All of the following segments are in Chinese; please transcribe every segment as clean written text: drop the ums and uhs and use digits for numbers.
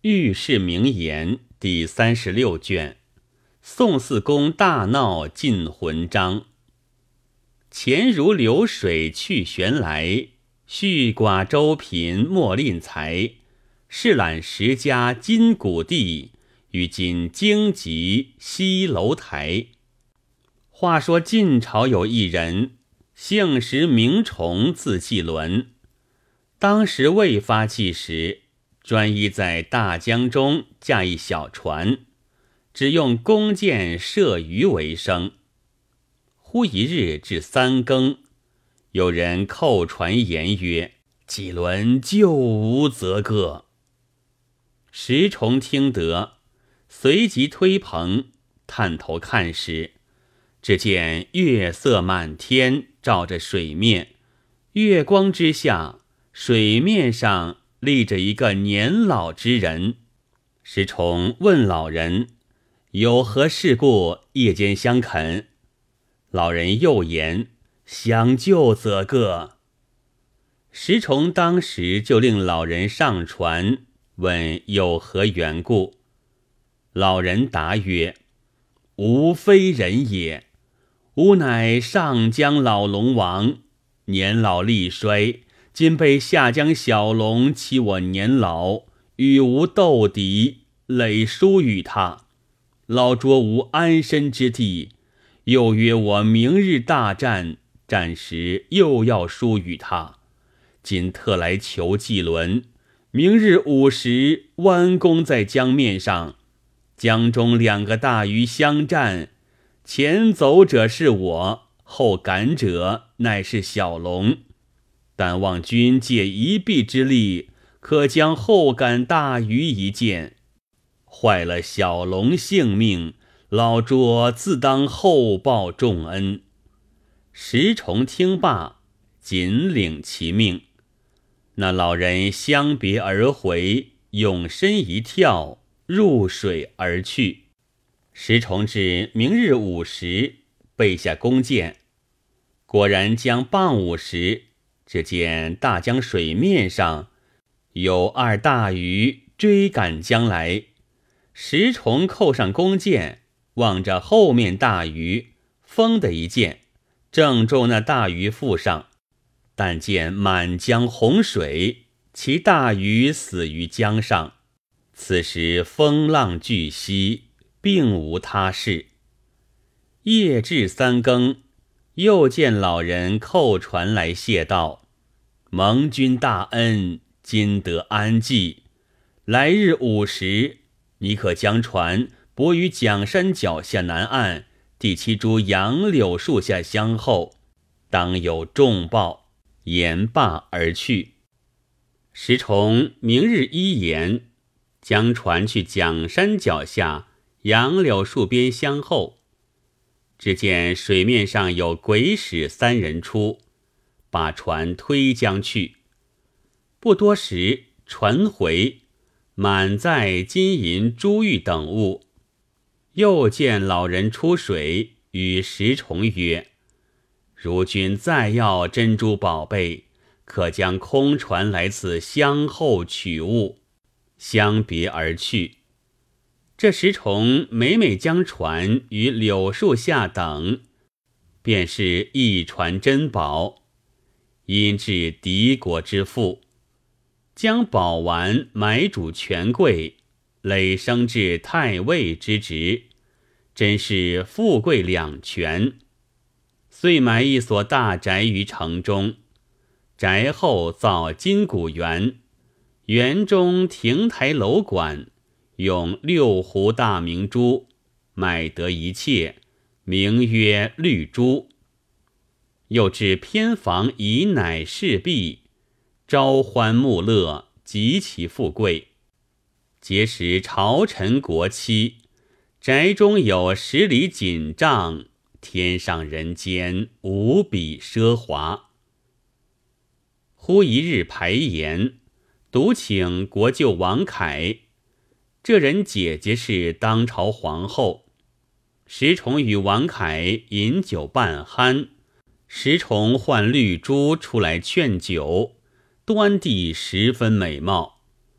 御史名言第36卷，宋四公大闹尽魂章。钱如流水去旋来，续寡周贫莫吝财。世揽10家金谷地，与今荆棘西楼台。话说晋朝有一人，姓石名崇，字季伦。当时未发迹时，专一在大江中架一小船，只用弓箭射鱼为生。忽一日至3更，有人叩船言曰：季伦救无则个。石崇听得，随即推蓬，探头看时，只见月色满天，照着水面，月光之下，水面上立着一个年老之人。石崇问老人：有何事故夜间相肯？老人又言：想救则个。石崇当时就令老人上船，问有何缘故。老人答曰：吾非人也，吾乃上江老龙王，年老力衰，今被下江小龙欺我年老，与吾斗敌，累输与他。老捉无安身之地，又约我明日大战，战时又要输与他。今特来求季伦，明日午时弯弓在江面上，江中2个大鱼相战，前走者是我，后赶者乃是小龙。但望君借一臂之力，可将后赶大鱼一箭，坏了小龙性命，老拙自当后报重恩。石崇听罢，仅领其命。那老人相别而回，勇身一跳，入水而去。石崇至明日午时，备下弓箭，果然将傍午时，只见大江水面上有2大鱼追赶将来。石崇扣上弓箭，望着后面大鱼，风的一箭，正中那大鱼腹上。但见满江洪水，其大鱼死于江上。此时风浪巨息，并无他事。夜至3更，又见老人叩船来谢道：蒙君大恩，今得安济。来日午时，你可将船泊于蒋山脚下南岸第7株杨柳树下相候，当有重报。言罢而去。石崇明日依言，将船去蒋山脚下杨柳树边相候。只见水面上有鬼使3人出，把船推将去。不多时，船回，满载金银珠玉等物。又见老人出水，与石崇曰：如君再要珍珠宝贝，可将空船来此相候取物。相别而去。这石崇每将船于柳树下等，便是一船珍宝。因至敌国之富，将宝丸买主权贵，累升至太尉之职，真是富贵两全。遂买一所大宅于城中，宅后造金谷园，园中亭台楼馆，用6斛大明珠，买得一切，名曰绿珠。又置偏房以乃侍婢，朝欢暮乐，极其富贵。结识朝臣国戚，宅中有10里锦帐，天上人间，无比奢华。忽一日排筵，独请国舅王恺。这人姐姐是当朝皇后。石崇与王恺饮酒半酣，石崇唤绿珠出来劝酒，端地十分美貌。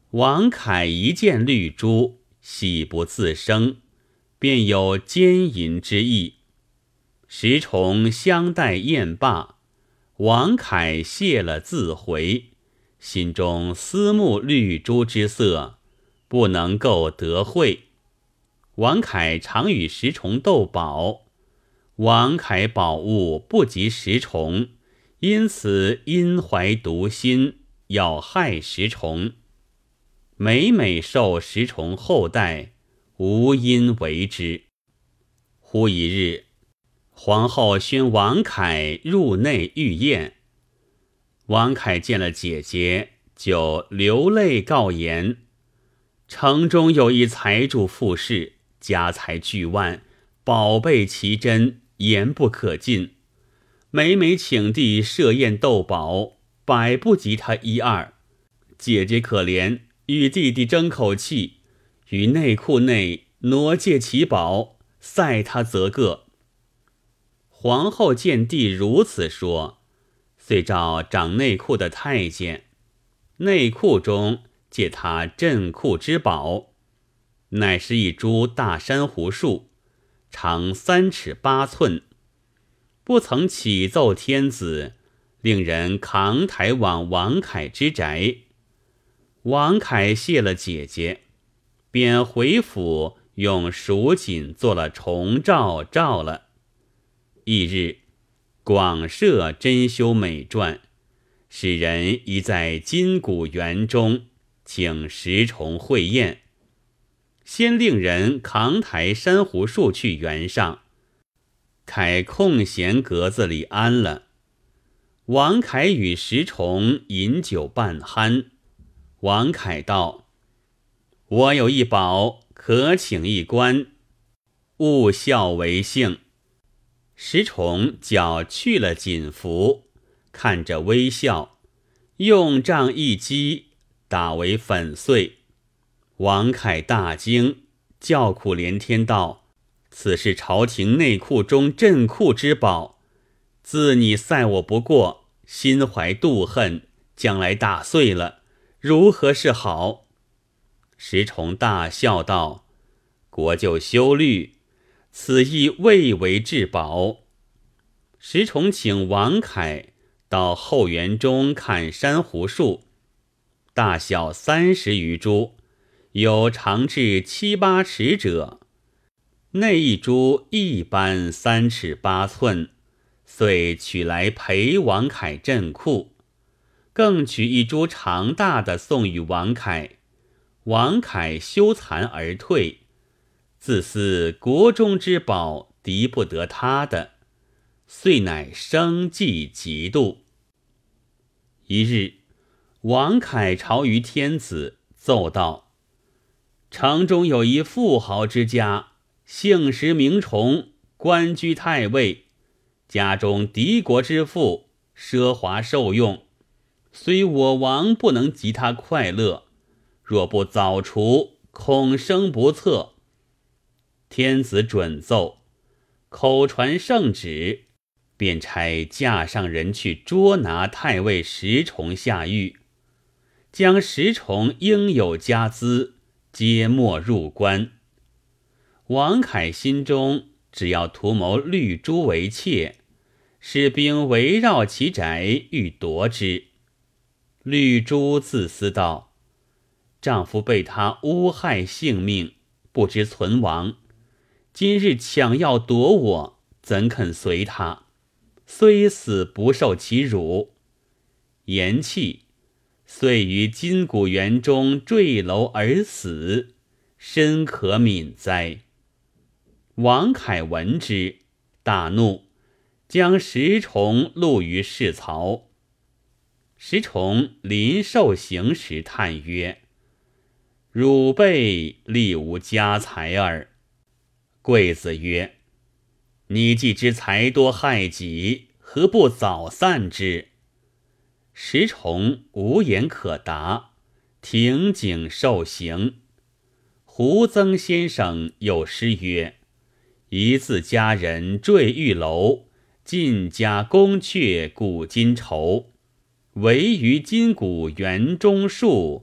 王恺一见绿珠，喜不自胜，便有奸淫之意。石崇相待宴罢，王恺谢了自回，心中思慕绿珠之色，不能够得会。王恺常与石崇斗宝，王恺宝物不及石崇，因此因怀毒心，要害石崇。每每受石崇后代，无因为之。忽一日，皇后宣王恺入内御宴，王恺见了姐姐，就流泪告言：城中有一财主富士，家财巨万，宝贝奇珍，言不可尽。每每请弟设宴斗宝，百不及他一二。姐姐可怜，与弟弟争口气，于内库内挪借其宝，赛他则个。皇后见弟如此说，遂召掌内库的太监，内库中借他镇库之宝，乃是一株大珊瑚树，长3尺8寸，不曾启奏天子，令人扛抬往王恺之宅。王恺谢了姐姐，便回府用蜀锦做了重诏诏了。翌日，广设珍馐美馔，使人已在金谷园中请石崇会宴。先令人扛抬珊瑚树去园上，开空闲格子里安了。王恺与石崇饮酒半酣。王恺道：我有一宝，可请一观，勿笑为幸。石崇脚去了锦服，看着微笑，用杖一击，打为粉碎。王恺大惊，叫苦连天道：此是朝廷内库中镇库之宝，自你赛我不过，心怀妒恨，将来打碎了，如何是好？石崇大笑道：国舅休虑，此亦未为至宝。石崇请王恺到后园中看珊瑚树，大小30余株，有长至7、8尺者，内一株一般3尺8寸，遂取来陪王恺镇库，更取一株长大的送与王恺。王恺羞惭而退，自思国中之宝敌不得他的，遂乃生计嫉妒。一日，王恺朝于天子，奏道：城中有一富豪之家，姓石名崇，官居太尉，家中敌国之富，奢华受用，虽我王不能及他快乐，若不早除，恐生不测。天子准奏，口传圣旨，便差架上人去捉拿太尉石崇下狱，将石崇应有家资皆没入关。王恺心中只要图谋绿珠为妾，使兵围绕其宅欲夺之。绿珠自思道：丈夫被他诬害性命，不知存亡，今日抢要夺我，怎肯随他？虽死不受其辱。言讫，遂于金谷园中坠楼而死，深可悯哉。王恺闻之，大怒，将石崇录于市曹。石崇临受刑时叹曰：汝辈力无家财耳。贵子曰：你既知财多害己，何不早散之？石崇无言可答，挺颈受刑。胡曾先生有诗曰：一字佳人坠玉楼，尽家宫阙古今愁。唯余金谷园中树，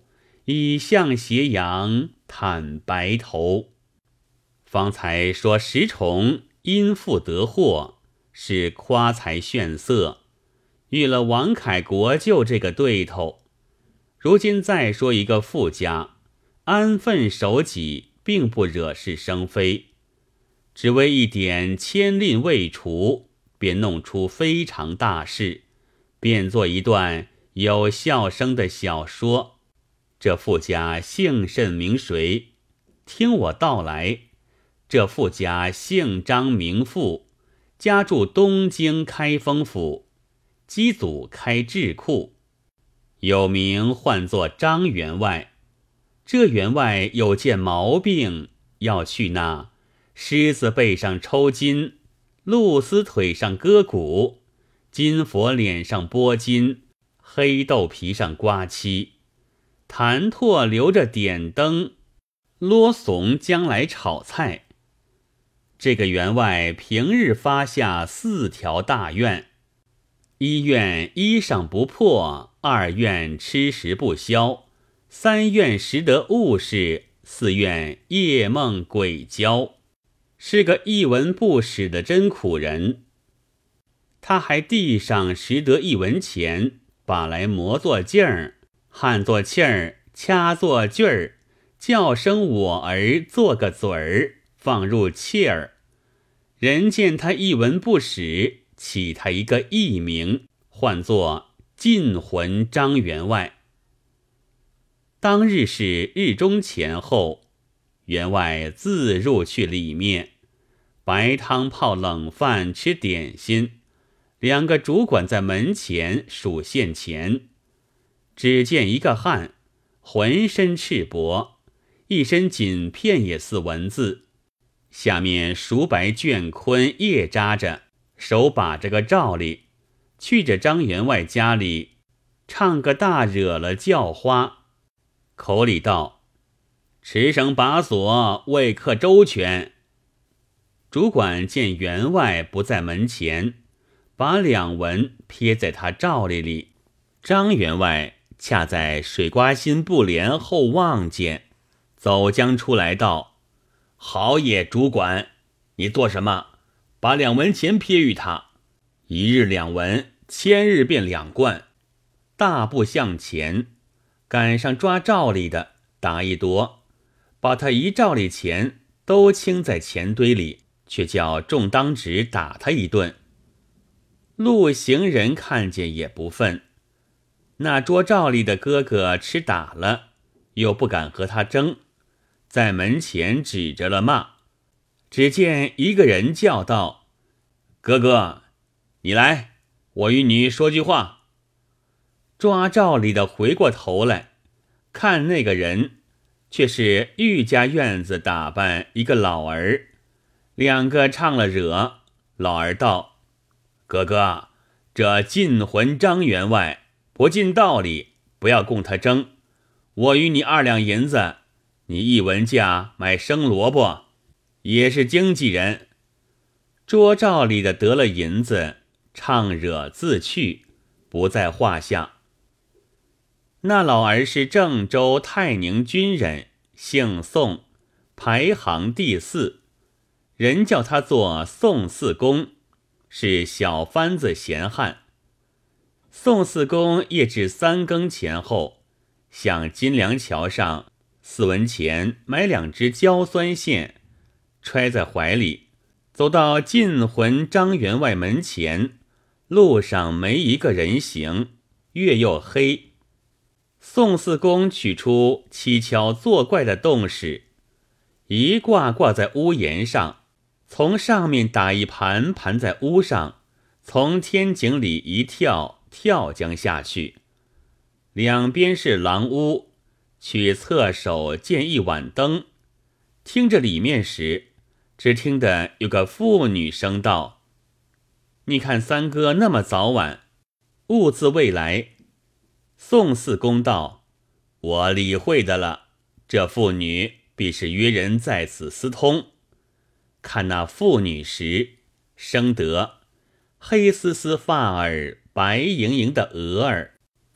以向斜阳袒白头。方才说石崇因富得祸，是夸才炫色，遇了王凯国舅这个对头。如今再说一个富家，安分守己，并不惹是生非，只为一点牵令未除，便弄出非常大事，变作一段有笑声的小说。这富家姓甚名谁？听我道来。这富家姓张名富，家住东京开封府，基祖开智库，有名唤作张员外。这员外有件毛病，要去那狮子背上抽筋，鹭鸶腿上割骨，金佛脸上拨筋，黑豆皮上刮漆，痰唾留着点灯，啰怂将来炒菜。这个员外平日发下4条大愿：一愿衣裳不破，2愿吃食不消，3愿识得物事，4愿夜梦鬼交。是个一文不识的真苦人。他还地上识得1文钱，把来磨作劲儿，焊作气儿，掐作句儿，叫声我儿做个嘴儿，放入切儿。人见他一文不识，起他一个艺名，唤作禁魂张员外。当日是日中前后，员外自入去里面，白汤泡冷饭吃点心，2个主管在门前数现钱。只见一个汉，浑身赤膊，一身锦片也似文字，下面熟白绢坤叶扎着，手把着个罩里，去着张员外家里，唱个大惹了叫花，口里道：持绳把锁，为客周全。主管见员外不在门前，把2文撇在他罩里。张员外恰在水瓜心布帘后望见，走将出来道：好也，主管，你做什么？把2文钱撇与他，1日2文，1000日便2贯。大步向前，赶上抓罩里的，打一夺，把他一罩里钱都倾在钱堆里，却叫众当值打他一顿。路行人看见也不忿，那捉罩里的哥哥吃打了，又不敢和他争，在门前指着了骂。只见一个人叫道：哥哥，你来，我与你说句话。抓罩里的回过头来，看那个人却是玉家院子打扮一个老儿。2个唱了惹，老儿道：哥哥，这禁魂张员外不尽道理，不要供他争，我与你2两银子，你1文价买生萝卜，也是经纪人。捉罩里的得了银子，唱惹自去，不在话下。那老儿是郑州泰宁军人，姓宋，排行第4，人叫他做宋四公，是小番子闲汉。宋四公夜至3更前后，向金梁桥上4文钱买2支焦酸线，揣在怀里，走到禁魂张员外门前，路上没一个人行，月又黑。宋四公取出蹊跷作怪的洞矢，一挂在屋檐上，从上面打一盘在屋上，从天井里一跳将下去。2边是廊屋，取侧手见一碗灯，听着里面时，只听得有个妇女声道：你看三哥那么早晚，兀自未来。宋四公道：我理会的了，这妇女必是约人在此私通。看那妇女时，生得黑丝丝发儿，白莹莹的额儿，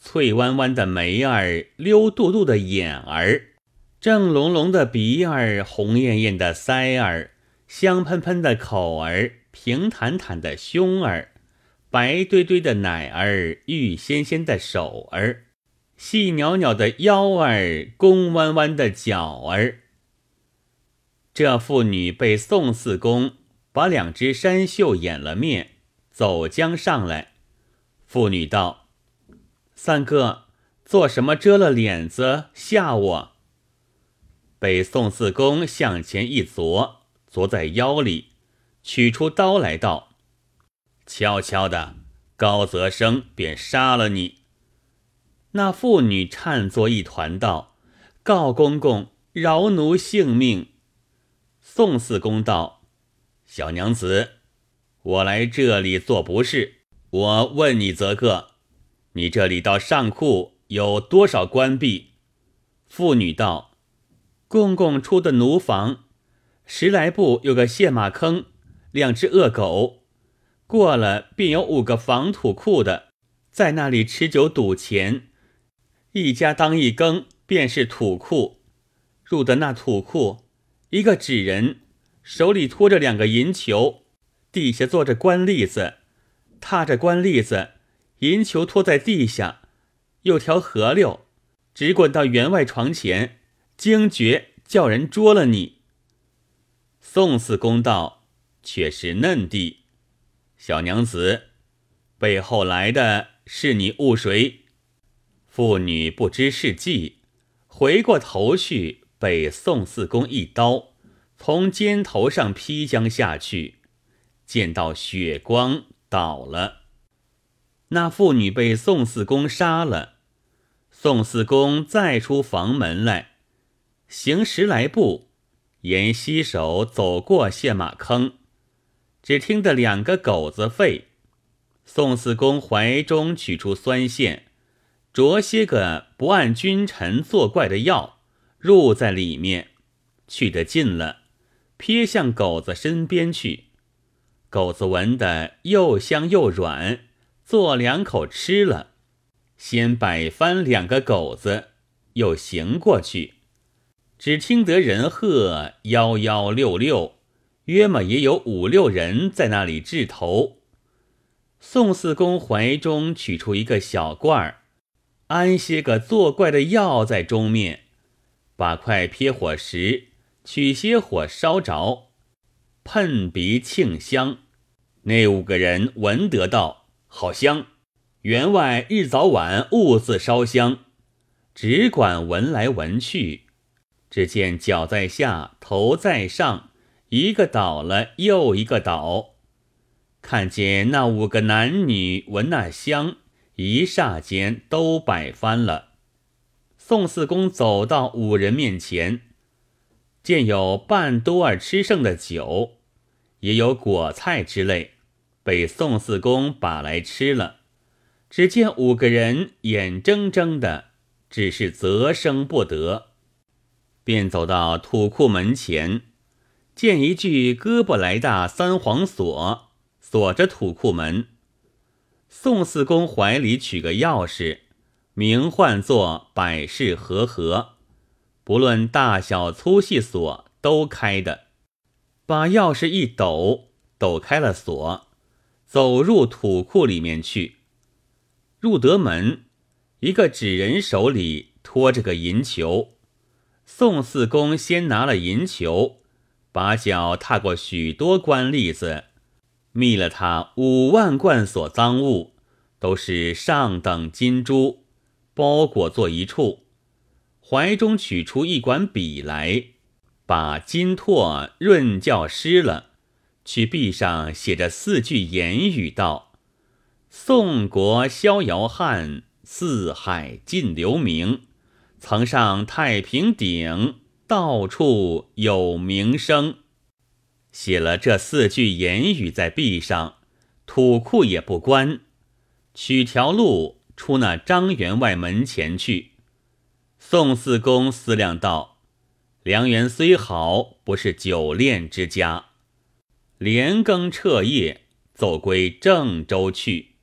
翠弯弯的眉儿，溜嘟嘟的眼儿，正隆隆的鼻儿，红艳艳的腮儿，香喷喷的口儿，平坦坦的胸儿，白堆堆的奶儿，玉纤纤的手儿，细袅袅的腰儿，弓弯弯的脚儿。这妇女被宋四公把2只山袖掩了面，走将上来。妇女道：三哥，做什么遮了脸子吓我？被宋四公向前一啄，啄在腰里，取出刀来道：悄悄的，高泽生便杀了你。那妇女颤作一团道：告公公，饶奴性命。宋四公道：小娘子，我来这里做不是，我问你则个，你这里到上库有多少关闭？妇女道：公公出的奴房，10来步有个陷马坑，2只恶狗，过了便有5个防土库的，在那里吃酒赌钱，一家当一更，便是土库。入的那土库，一个纸人手里托着2个银球，地下坐着官栗子，踏着官栗子，银球拖在地下，有条河流直滚到员外床前，惊觉叫人捉了你。宋四公道：却是嫩地。小娘子，背后来的是你误谁？妇女不知是计，回过头去，被宋四公一刀从肩头上劈将下去，见到血光倒了。那妇女被宋四公杀了。宋四公再出房门来，行10来步，沿西手走过陷马坑，只听得2个狗子吠。宋四公怀中取出酸线，着些个不按君臣作怪的药，入在里面，去得近了，撇向狗子身边去。狗子闻得又香又软，做2口吃了，先摆翻2个狗子，又行过去。只听得人喝吆吆六六，约么也有5、6人在那里掷头。宋四公怀中取出一个小罐儿，安些个作怪的药在中面，把块撇火石取些火烧着，喷鼻沁香。那5个人闻得道：好香，员外日早晚兀自烧香，只管闻来闻去。只见脚在下，头在上，一个倒了又一个倒。看见那5个男女闻那香，一霎间都摆翻了。宋四公走到5人面前，见有半多儿吃剩的酒，也有果菜之类，被宋四公把来吃了。只见5个人眼睁睁的，只是择生不得，便走到土库门前，见一具胳膊来大3黄锁，锁着土库门。宋四公怀里取个钥匙，名唤作百事和合，不论大小粗细锁都开的。把钥匙一抖，抖开了锁，走入土库里面去。入得门，一个纸人手里托着个银球。宋四公先拿了银球，把脚踏过许多官栗子，密了他5万贯所赃物，都是上等金珠，包裹作一处。怀中取出一管笔来，把金拓润教湿了，去壁上写着4句言语道：宋国逍遥汉，四海尽留名，曾上太平顶，到处有名声。写了这4句言语在壁上，土库也不关，取条路出那张员外门前去。宋四公思量道：梁元虽好，不是久恋之家。连更彻夜，走归郑州去。